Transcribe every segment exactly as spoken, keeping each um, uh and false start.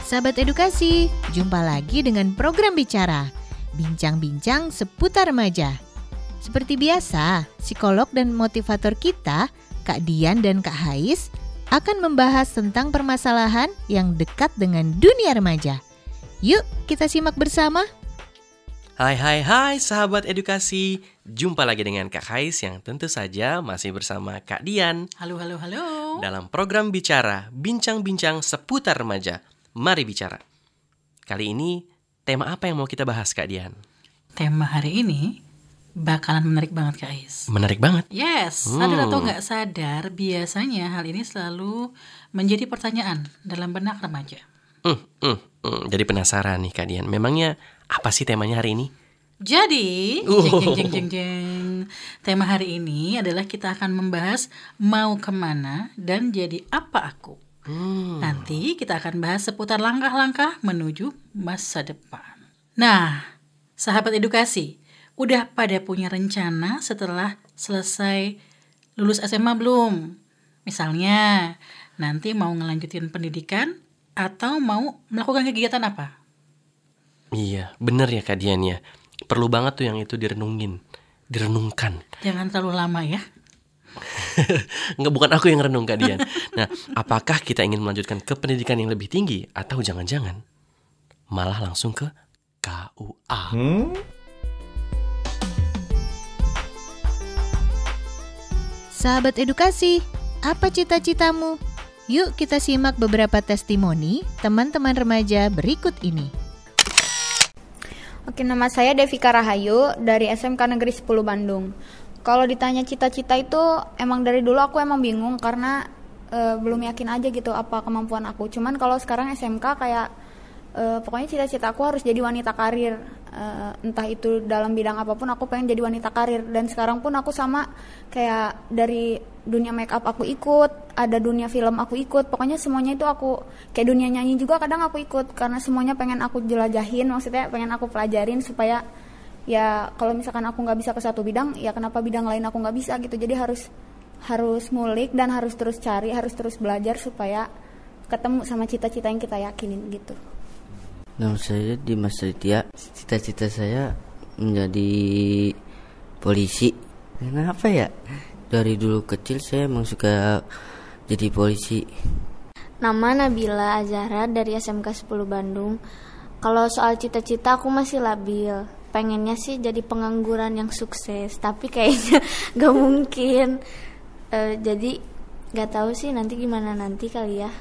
Sahabat edukasi, jumpa lagi dengan program Bicara, bincang-bincang seputar remaja. Seperti biasa, psikolog dan motivator kita, Kak Dian dan Kak Hais, akan membahas tentang permasalahan yang dekat dengan dunia remaja. Yuk, kita simak bersama. Hai hai hai sahabat edukasi, jumpa lagi dengan Kak Hais yang tentu saja masih bersama Kak Dian. Halo, halo, halo. Dalam program Bicara, bincang-bincang seputar remaja. Mari bicara. Kali ini tema apa yang mau kita bahas, Kak Dian? Tema hari ini bakalan menarik banget, Kak Ais. Menarik banget? Yes, Hmm. sadar atau nggak sadar, biasanya hal ini selalu menjadi pertanyaan dalam benak remaja. Hmm, hmm, hmm. Jadi penasaran nih, Kak Dian. Memangnya apa sih temanya hari ini? Jadi, Uh. jeng, jeng, jeng, jeng, jeng. Tema hari ini adalah kita akan membahas mau kemana dan jadi apa aku. Hmm. Nanti kita akan bahas seputar langkah-langkah menuju masa depan. Nah, sahabat edukasi, udah pada punya rencana setelah selesai lulus S M A belum? Misalnya, nanti mau ngelanjutin pendidikan atau mau melakukan kegiatan apa? Iya, bener ya Kak Dian ya. Perlu banget tuh yang itu direnungin, direnungkan. Jangan terlalu lama ya. Nggak, bukan aku yang renung, Kak Dian. Nah, apakah kita ingin melanjutkan ke pendidikan yang lebih tinggi atau jangan-jangan malah langsung ke K U A? Hmm? Sahabat edukasi, apa cita-citamu? Yuk kita simak beberapa testimoni teman-teman remaja berikut ini. Oke, nama saya Devika Rahayu dari S M K Negeri sepuluh Bandung. Kalau ditanya cita-cita itu emang dari dulu aku emang bingung karena e, belum yakin aja gitu apa kemampuan aku. Cuman kalau sekarang S M K kayak e, pokoknya cita-cita aku harus jadi wanita karir. E, entah itu dalam bidang apapun aku pengen jadi wanita karir. Dan sekarang pun aku sama kayak dari dunia make up aku ikut, ada dunia film aku ikut. Pokoknya semuanya itu aku, kayak dunia nyanyi juga kadang aku ikut. Karena semuanya pengen aku jelajahin, maksudnya pengen aku pelajarin supaya ya kalau misalkan aku nggak bisa ke satu bidang, ya kenapa bidang lain aku nggak bisa gitu. Jadi harus harus ngulik dan harus terus cari, harus terus belajar supaya ketemu sama cita-cita yang kita yakinin gitu. Nama saya Dimas Ritya. Cita-cita saya menjadi polisi. Kenapa ya? Dari dulu kecil saya emang suka jadi polisi. Nama Nabila Azahra dari S M K sepuluh Bandung. Kalau soal cita-cita aku masih labil. Pengennya sih jadi pengangguran yang sukses, tapi kayaknya gak mungkin. E, jadi gak tahu sih nanti gimana nanti kali ya.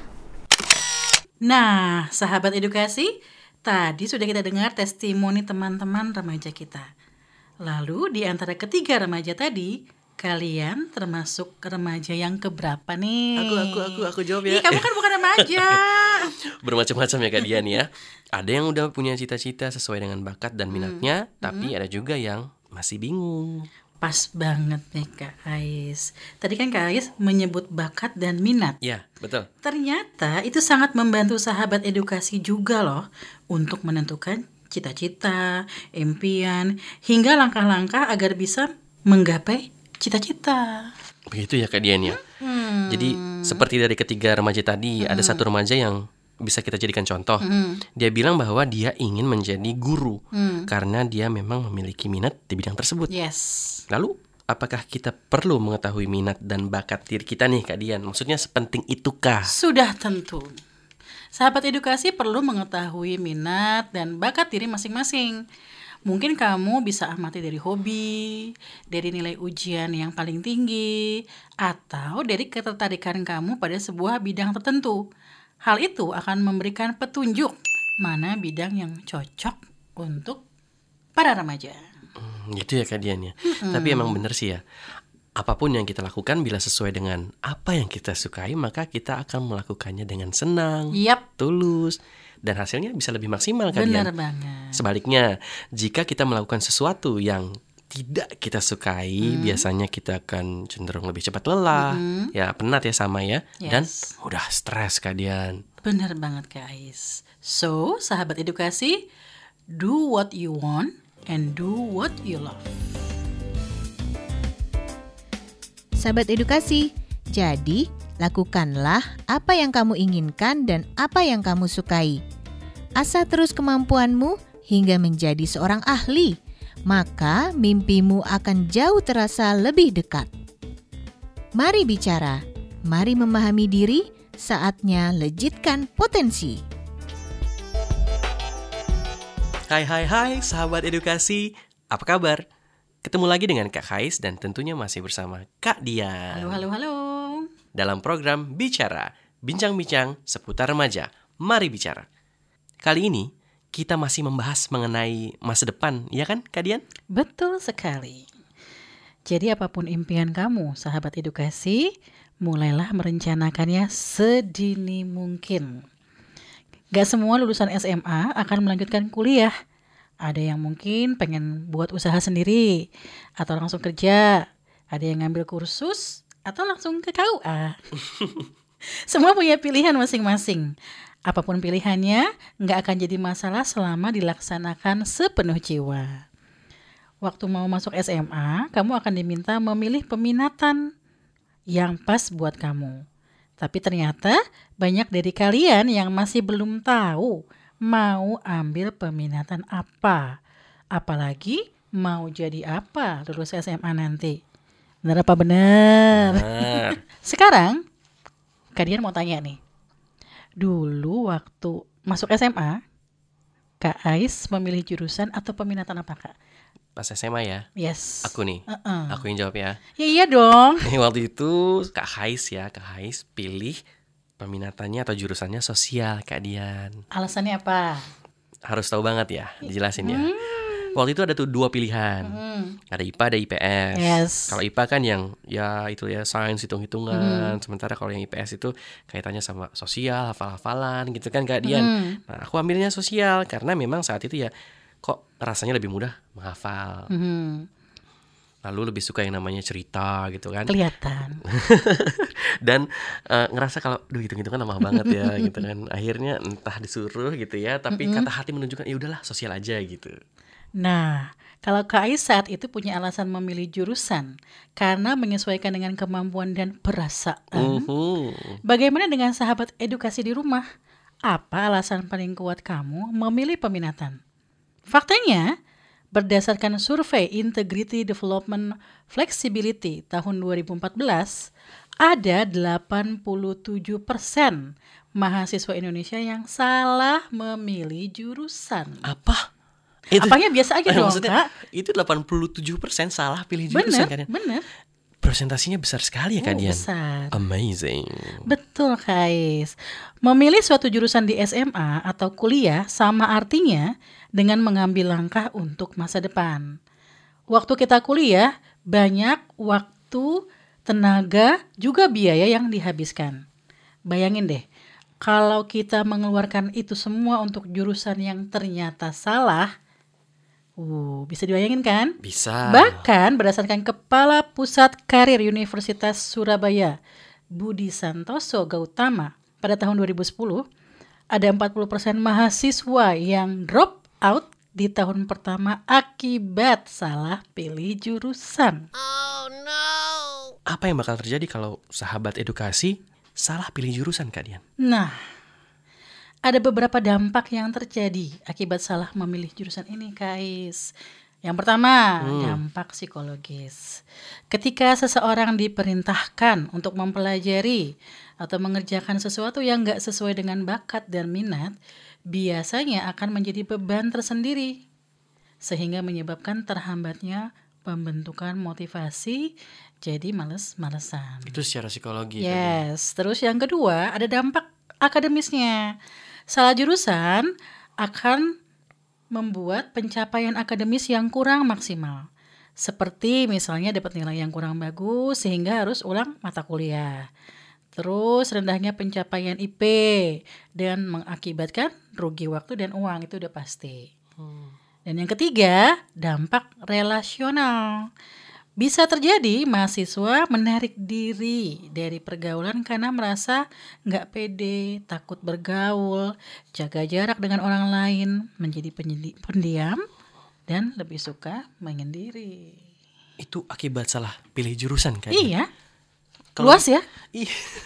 Nah, sahabat edukasi, tadi sudah kita dengar testimoni teman-teman remaja kita. Lalu di antara ketiga remaja tadi, kalian termasuk remaja yang keberapa nih? Aku, aku, aku, aku jawab ya. Ih, kamu kan bukan remaja. Bermacam-macam ya Kak Dian ya. Ada yang udah punya cita-cita sesuai dengan bakat dan minatnya, hmm. tapi hmm. ada juga yang masih bingung. Pas banget nih Kak Ais. Tadi kan Kak Ais menyebut bakat dan minat. Ya, betul. Ternyata itu sangat membantu sahabat edukasi juga loh untuk menentukan cita-cita, impian, hingga langkah-langkah agar bisa menggapai cita-cita. Begitu ya Kak Dian ya. Hmm. Jadi seperti dari ketiga remaja tadi, hmm. ada satu remaja yang bisa kita jadikan contoh. Hmm. Dia bilang bahwa dia ingin menjadi guru hmm. karena dia memang memiliki minat di bidang tersebut. Yes. Lalu apakah kita perlu mengetahui minat dan bakat diri kita nih Kak Dian? Maksudnya sepenting itukah? Sudah tentu. Sahabat edukasi perlu mengetahui minat dan bakat diri masing-masing. Mungkin kamu bisa amati dari hobi, dari nilai ujian yang paling tinggi, atau dari ketertarikan kamu pada sebuah bidang tertentu. Hal itu akan memberikan petunjuk mana bidang yang cocok untuk para remaja. Hmm, gitu ya Kak Dian ya. Hmm. Tapi emang bener sih ya. Apapun yang kita lakukan bila sesuai dengan apa yang kita sukai, maka kita akan melakukannya dengan senang, yep. tulus, dan hasilnya bisa lebih maksimal Kak Dian. Benar banget. Sebaliknya, jika kita melakukan sesuatu yang tidak kita sukai, hmm. biasanya kita akan cenderung lebih cepat lelah, hmm. ya penat ya sama ya, yes. dan udah stres Kak Dian. Benar banget Kak Ais. So, sahabat edukasi, do what you want and do what you love. Sahabat edukasi, jadi lakukanlah apa yang kamu inginkan dan apa yang kamu sukai. Asah terus kemampuanmu hingga menjadi seorang ahli, maka mimpimu akan jauh terasa lebih dekat. Mari bicara, mari memahami diri, saatnya lejitkan potensi. Hai hai hai sahabat edukasi, apa kabar? Ketemu lagi dengan Kak Hais dan tentunya masih bersama Kak Dian. Halo, halo, halo. Dalam program Bicara, bincang-bincang seputar remaja. Mari bicara. Kali ini kita masih membahas mengenai masa depan, ya kan Kak Dian? Betul sekali. Jadi apapun impian kamu, sahabat edukasi, mulailah merencanakannya sedini mungkin. Gak semua lulusan S M A akan melanjutkan kuliah. Ada yang mungkin pengen buat usaha sendiri, atau langsung kerja. Ada yang ngambil kursus, atau langsung ke K U A. Semua punya pilihan masing-masing. Apapun pilihannya, gak akan jadi masalah selama dilaksanakan sepenuh jiwa. Waktu mau masuk S M A, kamu akan diminta memilih peminatan yang pas buat kamu. Tapi ternyata banyak dari kalian yang masih belum tahu mau ambil peminatan apa. Apalagi mau jadi apa lulus S M A nanti. Benar apa benar? Benar. Sekarang, kalian mau tanya nih. Dulu waktu masuk S M A, Kak Ais memilih jurusan atau peminatan apa, Kak? Pas S M A ya? Yes. Aku nih, Uh-uh. aku yang jawab ya. Ya iya dong. Waktu itu Kak Hais ya, Kak Hais pilih peminatannya atau jurusannya sosial, Kak Dian. Alasannya apa? Harus tahu banget ya, dijelasin ya. Hmm. Waktu itu ada tuh dua pilihan. Hmm. Ada I P A, ada I P S. Yes. Kalau I P A kan yang ya itu ya sains, hitung-hitungan. Hmm. Sementara kalau yang I P S itu kaitannya sama sosial, hafal-hafalan gitu kan Kak Dian. Hmm. Nah, aku ambilnya sosial karena memang saat itu ya kok rasanya lebih mudah menghafal. Hmm. Lalu lebih suka yang namanya cerita gitu kan. Kelihatan. Dan uh, ngerasa kalau duh hitung-hitungan lama banget ya gitu kan. Akhirnya entah disuruh gitu ya, tapi Mm-mm. kata hati menunjukkan ya udahlah sosial aja gitu. Nah, kalau Kak Ais saat itu punya alasan memilih jurusan karena menyesuaikan dengan kemampuan dan perasaan. Uhuh. Bagaimana dengan sahabat edukasi di rumah? Apa alasan paling kuat kamu memilih peminatan? Faktanya, berdasarkan survei Integrity Development Flexibility tahun dua ribu empat belas, ada delapan puluh tujuh persen mahasiswa Indonesia yang salah memilih jurusan. Apa? Itu, Apanya biasa aja dong, maksudnya, Kak. itu delapan puluh tujuh persen salah pilih jurusan kan. Bener, bener. Presentasinya besar sekali ya Kak Oh, Dian. besar. Amazing. Betul, Kais. Memilih suatu jurusan di S M A atau kuliah sama artinya dengan mengambil langkah untuk masa depan. Waktu kita kuliah, banyak waktu, tenaga, juga biaya yang dihabiskan. Bayangin deh, kalau kita mengeluarkan itu semua untuk jurusan yang ternyata salah, uh, bisa dibayangin kan? Bisa. Bahkan berdasarkan Kepala Pusat Karir Universitas Surabaya, Budi Santoso Gautama, pada tahun dua ribu sepuluh, ada empat puluh persen mahasiswa yang drop out di tahun pertama akibat salah pilih jurusan. Apa yang bakal terjadi kalau sahabat edukasi salah pilih jurusan Kak Dian? Nah, ada beberapa dampak yang terjadi akibat salah memilih jurusan ini, guys. Yang pertama, Hmm. dampak psikologis. Ketika seseorang diperintahkan untuk mempelajari atau mengerjakan sesuatu yang gak sesuai dengan bakat dan minat, biasanya akan menjadi beban tersendiri, sehingga menyebabkan terhambatnya pembentukan motivasi, jadi males-malesan. Itu secara psikologi. Kak Dian. Yes, terus yang kedua ada dampak akademisnya. Salah jurusan akan membuat pencapaian akademis yang kurang maksimal. Seperti misalnya dapat nilai yang kurang bagus sehingga harus ulang mata kuliah. Terus rendahnya pencapaian I P dan mengakibatkan rugi waktu dan uang, itu udah pasti. Dan yang ketiga, dampak relasional. Bisa terjadi mahasiswa menarik diri dari pergaulan karena merasa nggak pede, takut bergaul, jaga jarak dengan orang lain, menjadi penyedi- pendiam, dan lebih suka menyendiri. Itu akibat salah pilih jurusan Kak Dian. Iya, Kalau- luas ya? Ih,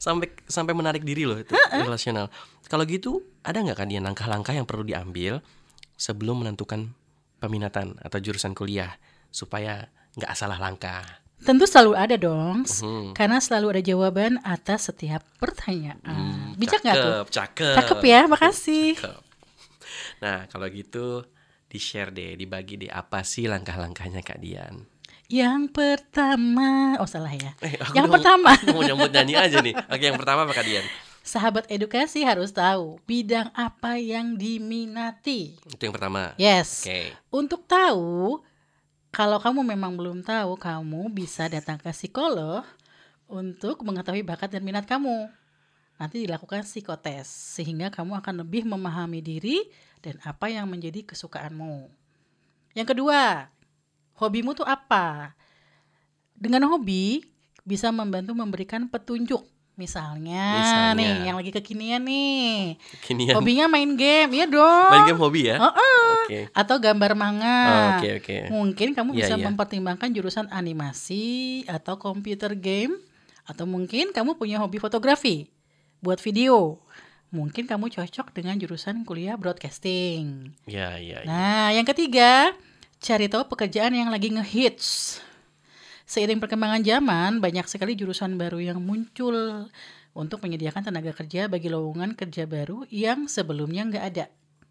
sampai sampai menarik diri loh itu relasional. Kalau gitu ada nggak Kak Dian langkah-langkah yang perlu diambil sebelum menentukan peminatan atau jurusan kuliah supaya nggak salah langkah? Tentu selalu ada dong, Mhm. karena selalu ada jawaban atas setiap pertanyaan. Hmm, Bijak nggak tuh? cakep, Cakep, Cakep ya, makasih. Cakep. Nah kalau gitu di-share deh, dibagi deh apa sih langkah-langkahnya Kak Dian? Yang pertama, oh salah ya. Eh, aku Yang mau- pertama, aku mau nyambut nyanyi aja nih. Oke, yang pertama apa Kak Dian? sahabat edukasi harus tahu bidang apa yang diminati. Itu yang pertama. Yes. Oke. Untuk tahu, kalau kamu memang belum tahu, kamu bisa datang ke psikolog untuk mengetahui bakat dan minat kamu. Nanti dilakukan psikotes, sehingga kamu akan lebih memahami diri dan apa yang menjadi kesukaanmu. Yang kedua, hobimu tuh apa? Dengan hobi bisa membantu memberikan petunjuk. Misalnya, Misalnya. nih, yang lagi kekinian nih, Kini yang hobinya main game, iya dong. main game hobi ya? Oh, Oke. atau gambar manga. Oh, oke, oke. Mungkin kamu Iya, bisa iya. mempertimbangkan jurusan animasi atau computer game, atau mungkin kamu punya hobi fotografi, buat video. Mungkin kamu cocok dengan jurusan kuliah broadcasting. Ya, ya, ya. Nah, yang ketiga, cari tahu pekerjaan yang lagi ngehits. Seiring perkembangan zaman, banyak sekali jurusan baru yang muncul untuk menyediakan tenaga kerja bagi lowongan kerja baru yang sebelumnya nggak ada.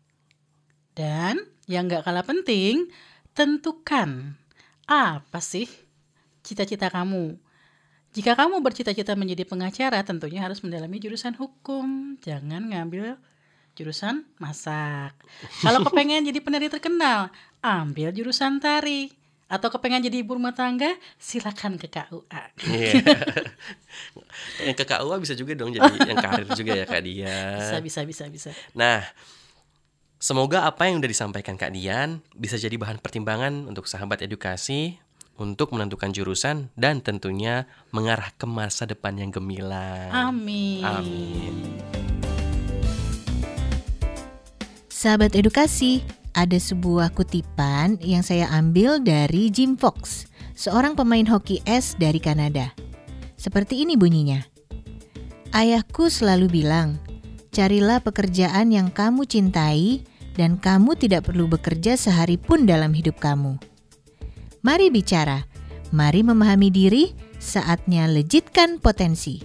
Dan yang nggak kalah penting, tentukan apa sih cita-cita kamu. Jika kamu bercita-cita menjadi pengacara, tentunya harus mendalami jurusan hukum. Jangan ngambil jurusan masak. Kalau kepengen jadi penari terkenal, ambil jurusan tari. Atau kepengen jadi ibu rumah tangga, silakan ke K U A. Iya. Yang ke K U A bisa juga dong jadi yang karir juga ya Kak Dian. Bisa, bisa, bisa, bisa. Nah, semoga apa yang udah disampaikan Kak Dian bisa jadi bahan pertimbangan untuk sahabat edukasi untuk menentukan jurusan dan tentunya mengarah ke masa depan yang gemilang. Amin. Amin. Sahabat edukasi, ada sebuah kutipan yang saya ambil dari Jim Fox, seorang pemain hoki es dari Kanada. Seperti ini bunyinya. Ayahku selalu bilang, carilah pekerjaan yang kamu cintai dan kamu tidak perlu bekerja sehari pun dalam hidup kamu. Mari bicara, mari memahami diri, saatnya lejitkan potensi.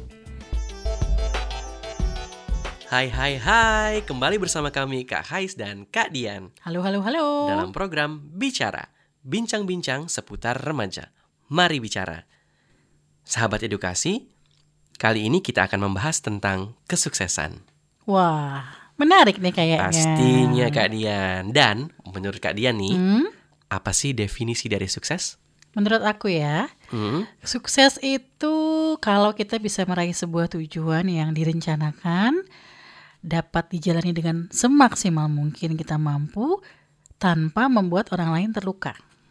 Hai hai hai, kembali bersama kami Kak Hais dan Kak Dian Halo, halo, halo. dalam program Bicara, bincang-bincang seputar remaja. Mari bicara. Sahabat edukasi, kali ini kita akan membahas tentang kesuksesan. Wah, menarik nih kayaknya. Pastinya Kak Dian. Dan menurut Kak Dian nih, Hmm? apa sih definisi dari sukses? Menurut aku ya, Hmm? sukses itu kalau kita bisa meraih sebuah tujuan yang direncanakan, dapat dijalani dengan semaksimal mungkin kita mampu, tanpa membuat orang lain terluka.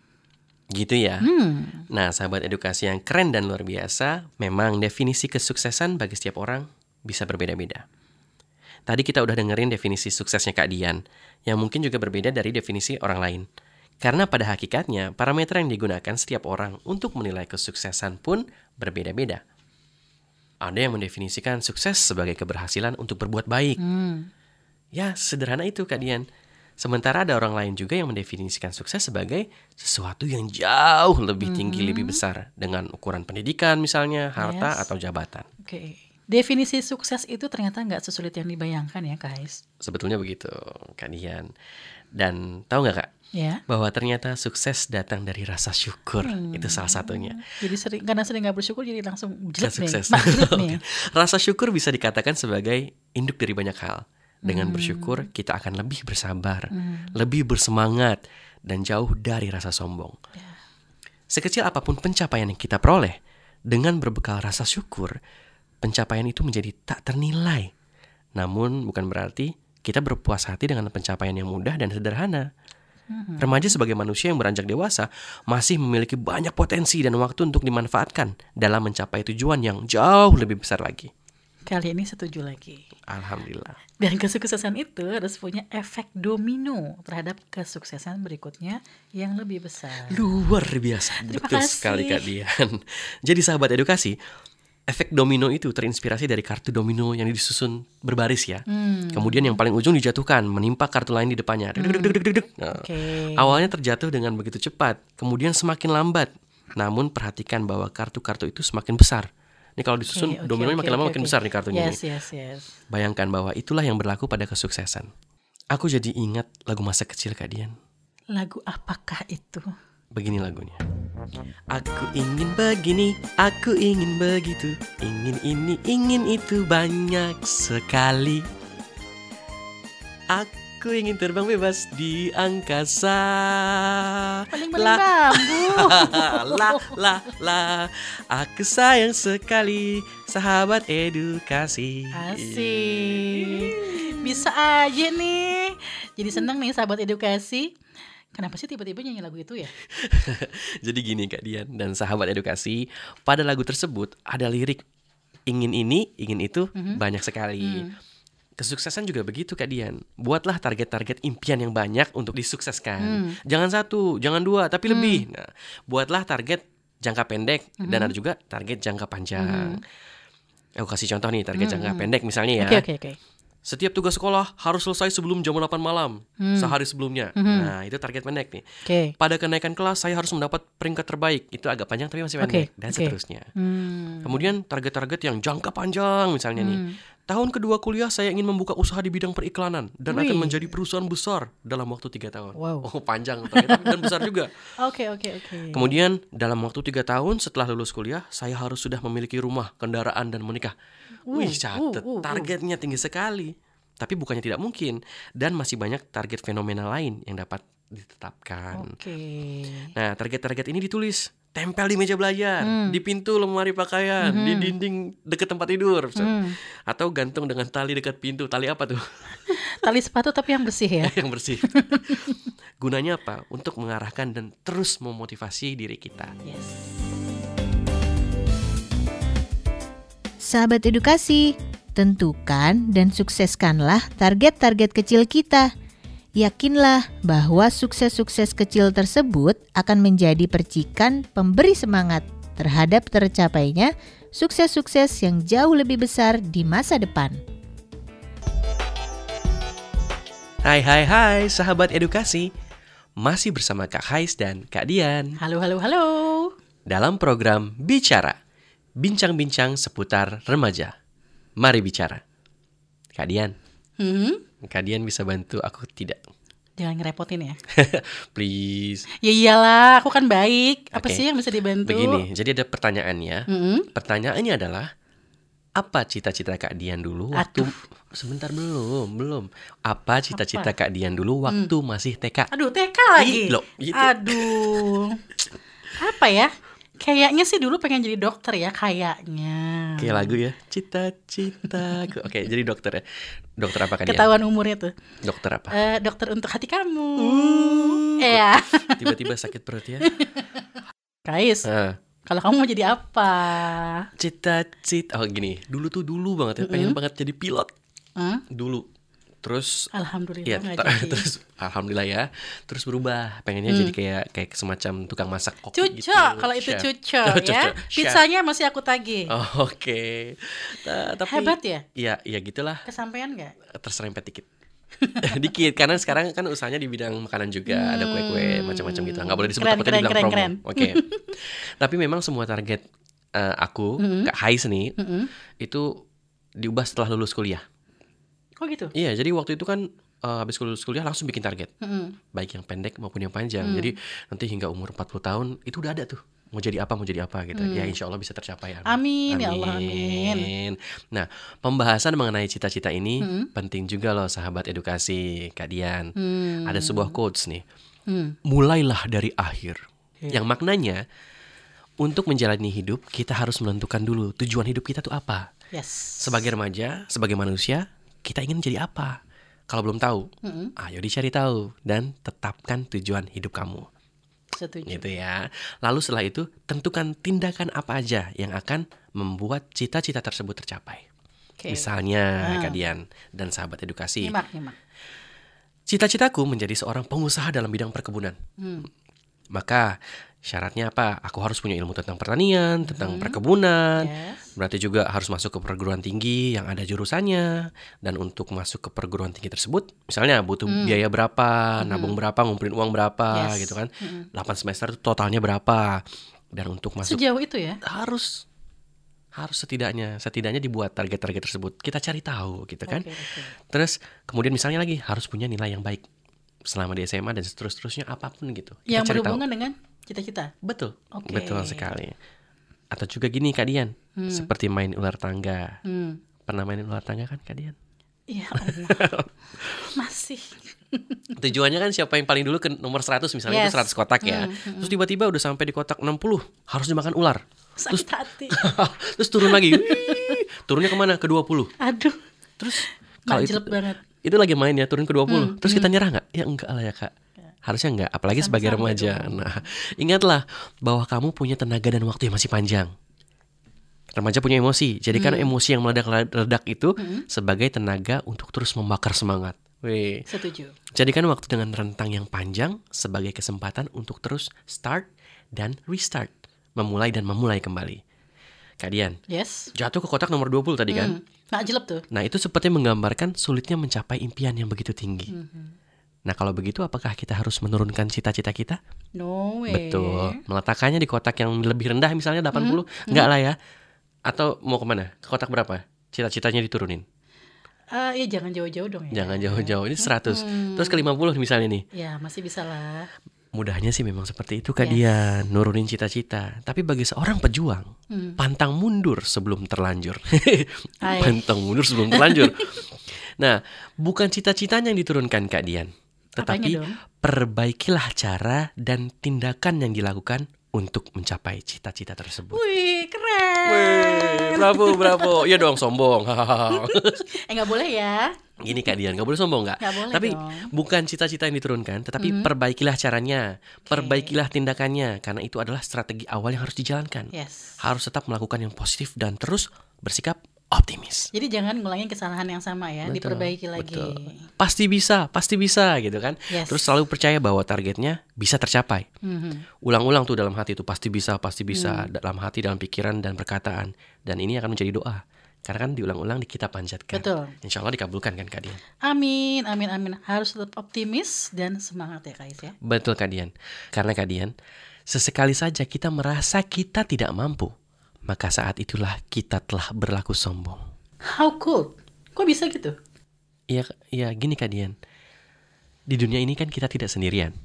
Gitu ya. Hmm. Nah, sahabat edukasi yang keren dan luar biasa, memang definisi kesuksesan bagi setiap orang bisa berbeda-beda. Tadi kita udah dengerin definisi suksesnya Kak Dian, yang mungkin juga berbeda dari definisi orang lain. Karena pada hakikatnya, parameter yang digunakan setiap orang untuk menilai kesuksesan pun berbeda-beda. Ada yang mendefinisikan sukses sebagai keberhasilan untuk berbuat baik. Hmm. Ya, sederhana itu Kak Dian. Sementara ada orang lain juga yang mendefinisikan sukses sebagai sesuatu yang jauh lebih tinggi, lebih besar. Dengan ukuran pendidikan misalnya, harta Yes. atau jabatan. Oke. Definisi sukses itu ternyata nggak sesulit yang dibayangkan ya, guys. Sebetulnya begitu, Kak Dian. Dan tahu nggak Kak, Ya. bahwa ternyata sukses datang dari rasa syukur. Itu salah satunya. Jadi sering karena sering nggak bersyukur jadi langsung jelek nih. Sukses. Mak, jelek nih. Rasa syukur bisa dikatakan sebagai induk dari banyak hal. Dengan bersyukur kita akan lebih bersabar, lebih bersemangat, dan jauh dari rasa sombong. Sekecil apapun pencapaian yang kita peroleh, dengan berbekal rasa syukur, pencapaian itu menjadi tak ternilai. Namun bukan berarti kita berpuas hati dengan pencapaian yang mudah dan sederhana. Remaja sebagai manusia yang beranjak dewasa masih memiliki banyak potensi dan waktu untuk dimanfaatkan dalam mencapai tujuan yang jauh lebih besar lagi. Kali ini setuju lagi. Alhamdulillah. Dan kesuksesan itu harus punya efek domino terhadap kesuksesan berikutnya yang lebih besar. Luar biasa. Terima Betul kasih. sekali Kak Dian. Jadi sahabat edukasi, efek domino itu terinspirasi dari kartu domino yang disusun berbaris ya. Hmm. Kemudian yang paling ujung dijatuhkan, menimpa kartu lain di depannya. Hmm. Nah, Oke. awalnya terjatuh dengan begitu cepat, kemudian semakin lambat. Namun perhatikan bahwa kartu-kartu itu semakin besar. Ini kalau disusun Oke, oke, dominonya oke, makin lama oke, makin oke. besar nih kartunya. Yes, Nih. yes, yes. Bayangkan bahwa itulah yang berlaku pada kesuksesan. Aku jadi ingat lagu masa kecil Kak Dian. Lagu apakah itu? Begini lagunya. Aku ingin begini, aku ingin begitu, ingin ini, ingin itu banyak sekali. Aku ingin terbang bebas di angkasa. Paling-paling bambu. La la la. Aku sayang sekali sahabat edukasi. Asik. Bisa aja nih. Jadi seneng nih sahabat edukasi. Kenapa sih tiba-tiba nyanyi lagu itu ya? Jadi gini Kak Dian dan sahabat edukasi, pada lagu tersebut ada lirik ingin ini, ingin itu Mhm. banyak sekali. Hmm. Kesuksesan juga begitu Kak Dian. Buatlah target-target impian yang banyak untuk disukseskan. Hmm. Jangan satu, jangan dua, tapi lebih. Nah, buatlah target jangka pendek dan ada juga target jangka panjang. Aku kasih contoh nih target jangka pendek misalnya ya. Oke, oke, oke. Setiap tugas sekolah harus selesai sebelum jam delapan malam, sehari sebelumnya. Nah, itu target pendek nih. Oke. Pada kenaikan kelas saya harus mendapat peringkat terbaik. Itu agak panjang tapi masih pendek. Oke, Dan oke. seterusnya. Hmm. Kemudian target-target yang jangka panjang misalnya nih. Tahun kedua kuliah saya ingin membuka usaha di bidang periklanan dan Wih. akan menjadi perusahaan besar dalam waktu tiga tahun. Wow. Oh panjang target dan besar juga. Oke, oke, oke. Kemudian dalam waktu tiga tahun setelah lulus kuliah saya harus sudah memiliki rumah, kendaraan dan menikah. Wih, catet, uh, uh, uh. targetnya tinggi sekali. Tapi bukannya tidak mungkin dan masih banyak target fenomenal lain yang dapat ditetapkan. Oke. Nah, target-target ini ditulis, tempel di meja belajar, di pintu lemari pakaian, di dinding dekat tempat tidur, atau gantung dengan tali dekat pintu. Tali apa tuh? Tali sepatu tapi yang bersih ya. Yang bersih. Gunanya apa? Untuk mengarahkan dan terus memotivasi diri kita. Yes. Sahabat edukasi, tentukan dan sukseskanlah target-target kecil kita. Yakinlah bahwa sukses-sukses kecil tersebut akan menjadi percikan pemberi semangat terhadap tercapainya sukses-sukses yang jauh lebih besar di masa depan. Hai hai hai sahabat edukasi. Masih bersama Kak Hais dan Kak Dian Halo, halo, halo. dalam program Bicara. Bincang-bincang seputar remaja. Mari bicara. Kak Dian, Hmm? Kak Dian bisa bantu aku tidak? Jangan ngerepotin ya. Please. Ya iyalah, aku kan baik. Apa Oke. sih yang bisa dibantu? Begini, jadi ada pertanyaannya. Mm-mm. Pertanyaannya adalah, apa cita-cita Kak Dian dulu waktu... Sebentar, belum, belum. Apa cita-cita Kak Dian dulu waktu masih T K? Aduh, T K lagi. Ih, loh, gitu. Aduh. Apa ya? Kayaknya sih dulu pengen jadi dokter ya, kayaknya. Kayak lagu ya, cita-cita. Oke, jadi dokter ya. Dokter apa Kak Dian? Ketahuan umurnya tuh. Dokter apa? Eh, dokter untuk hati kamu. Uh, Iya. Tiba-tiba sakit perut ya. Kais, Nah, kalau kamu mau jadi apa? cita-cita. Oh gini, dulu tuh dulu banget ya, pengen banget jadi pilot. Hah? Dulu. Terus Alhamdulillah ya, nggak ter- jadi. terus alhamdulillah ya. Terus berubah, pengennya jadi kayak kayak semacam tukang masak kopi Cuco, gitu. kalau itu Chef. cuco Oh, ya. cuco, chef. Pizzanya masih aku tagih. Oh, Oke. Ta- Tapi Hebat ya? Ya, ya gitulah. Kesampaian nggak? Terserempet dikit. Dikit karena sekarang kan usahanya di bidang makanan juga, ada kue-kue macam-macam gitu. Nggak boleh disebut Keren, takutnya keren, dibilang keren, promo. keren. Oke. Tapi memang semua target eh, aku, Kak Hais nih, itu diubah setelah lulus kuliah. Kok gitu? Iya, jadi waktu itu kan eh, habis lulus kuliah langsung bikin target. Mm-mm. Baik yang pendek maupun yang panjang. Jadi nanti hingga umur empat puluh tahun itu udah ada tuh. Mau jadi apa, mau jadi apa gitu. Ya insya Allah bisa tercapai. Amin, ya Allah, amin. Nah, pembahasan mengenai cita-cita ini penting juga loh sahabat edukasi Kak Dian. Ada sebuah quotes nih. Hmm. Mulailah dari akhir. Yang maknanya untuk menjalani hidup kita harus menentukan dulu tujuan hidup kita tuh apa. Yes. Sebagai remaja, sebagai manusia, kita ingin jadi apa? Kalau belum tahu, ayo dicari tahu dan tetapkan tujuan hidup kamu. Setuju. Gitu ya. Lalu setelah itu tentukan tindakan apa aja yang akan membuat cita-cita tersebut tercapai. Oke. Misalnya Kak Dian dan sahabat edukasi. Nyimak, nyimak. Cita-citaku menjadi seorang pengusaha dalam bidang perkebunan. Maka Syaratnya apa? Aku harus punya ilmu tentang pertanian, tentang perkebunan. Yes. Berarti juga harus masuk ke perguruan tinggi yang ada jurusannya. Dan untuk masuk ke perguruan tinggi tersebut, misalnya butuh biaya berapa, nabung berapa, ngumpulin uang berapa, Yes. gitu kan. delapan semester itu totalnya berapa. Dan untuk masuk Sejauh itu ya? harus harus setidaknya setidaknya dibuat target-target tersebut. Kita cari tahu, gitu kan. Oke, oke. Terus kemudian misalnya lagi harus punya nilai yang baik selama di S M A dan seterus-terusnya apapun gitu. Kita Yang cari tahu. berhubungan dengan cita-cita. Betul, Oke. betul sekali. Atau juga gini Kak Dian, seperti main ular tangga. Hmm. Pernah main ular tangga kan Kak Dian? Ya Allah. Masih. Tujuannya kan siapa yang paling dulu ke nomor seratus misalnya Yes. itu seratus kotak ya. Terus tiba-tiba udah sampai di kotak enam puluh harus dimakan ular. Sakit hati. Terus turun lagi. Wih, turunnya kemana? Ke dua puluh. Aduh. Terus kalau itu, Jelek banget. itu lagi main ya turun ke dua puluh. Terus kita nyerah nggak? Ya enggak lah ya Kak. Harusnya enggak, apalagi sebagai Santai remaja. dong. Nah, ingatlah bahwa kamu punya tenaga dan waktu yang masih panjang. Remaja punya emosi, jadikan emosi yang meledak-ledak itu sebagai tenaga untuk terus membakar semangat. Wih. Setuju. Jadikan waktu dengan rentang yang panjang sebagai kesempatan untuk terus start dan restart, memulai dan memulai kembali. Kak Dian, Yes. jatuh ke kotak nomor dua puluh tadi kan? Hmm. Nah, jelek tuh. Nah, itu seperti menggambarkan sulitnya mencapai impian yang begitu tinggi. Nah, kalau begitu apakah kita harus menurunkan cita-cita kita? No way. Betul. Meletakkannya di kotak yang lebih rendah misalnya delapan puluh? Enggak lah ya. Atau mau kemana? Ke kotak berapa? Cita-citanya diturunin? Ah, ya jangan jauh-jauh dong ya. Jangan jauh-jauh. Ini seratus. Terus ke lima puluh misalnya nih. Ya, masih bisa lah. Mudahnya sih memang seperti itu Kak Dian, nurunin cita-cita. Tapi bagi seorang pejuang, pantang mundur sebelum terlanjur. Hai. Pantang mundur sebelum terlanjur. Nah, bukan cita-citanya yang diturunkan Kak Dian, tetapi Apanya dong? perbaikilah cara dan tindakan yang dilakukan untuk mencapai cita-cita tersebut. Wih, keren. Wih, bravo, bravo. Iya dong, sombong. Eh, nggak boleh ya. Gini Kak Dian, gak boleh sombong gak? Nggak boleh Tapi dong. bukan cita-cita yang diturunkan, tetapi perbaikilah caranya, perbaikilah tindakannya, karena itu adalah strategi awal yang harus dijalankan. Yes. Harus tetap melakukan yang positif dan terus bersikap optimis. Jadi jangan ngulangin kesalahan yang sama ya, Betul, diperbaiki lagi. betul. Pasti bisa, pasti bisa gitu kan. Yes. Terus selalu percaya bahwa targetnya bisa tercapai. Mhm. Ulang-ulang tuh dalam hati itu pasti bisa, pasti bisa, dalam hati, dalam pikiran dan perkataan. Dan ini akan menjadi doa. Karena kan diulang-ulang kita panjatkan. Betul. Insya Allah dikabulkan kan Kak Dian. Amin, amin, amin. Harus tetap optimis dan semangat ya Kais ya. Betul Kak Dian. Karena Kak Dian, sesekali saja kita merasa kita tidak mampu, maka saat itulah kita telah berlaku sombong. How cool? Kok bisa gitu? Iya, iya gini Kak Dian. Di dunia ini kan kita tidak sendirian.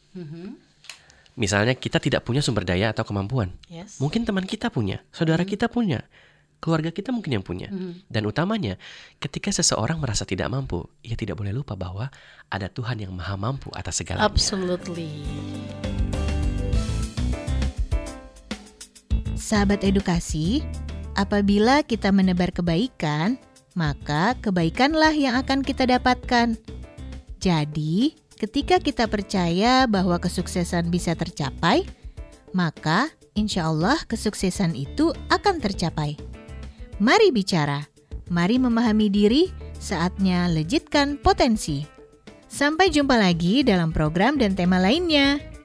Misalnya kita tidak punya sumber daya atau kemampuan. Yes. Mungkin teman kita punya, saudara kita punya, keluarga kita mungkin yang punya. Dan utamanya, ketika seseorang merasa tidak mampu, ia tidak boleh lupa bahwa ada Tuhan yang maha mampu atas segalanya. Absolutely. Sahabat edukasi, apabila kita menebar kebaikan, maka kebaikanlah yang akan kita dapatkan. Jadi, ketika kita percaya bahwa kesuksesan bisa tercapai, maka insya Allah kesuksesan itu akan tercapai. Mari bicara, mari memahami diri, saatnya legitkan potensi. Sampai jumpa lagi dalam program dan tema lainnya.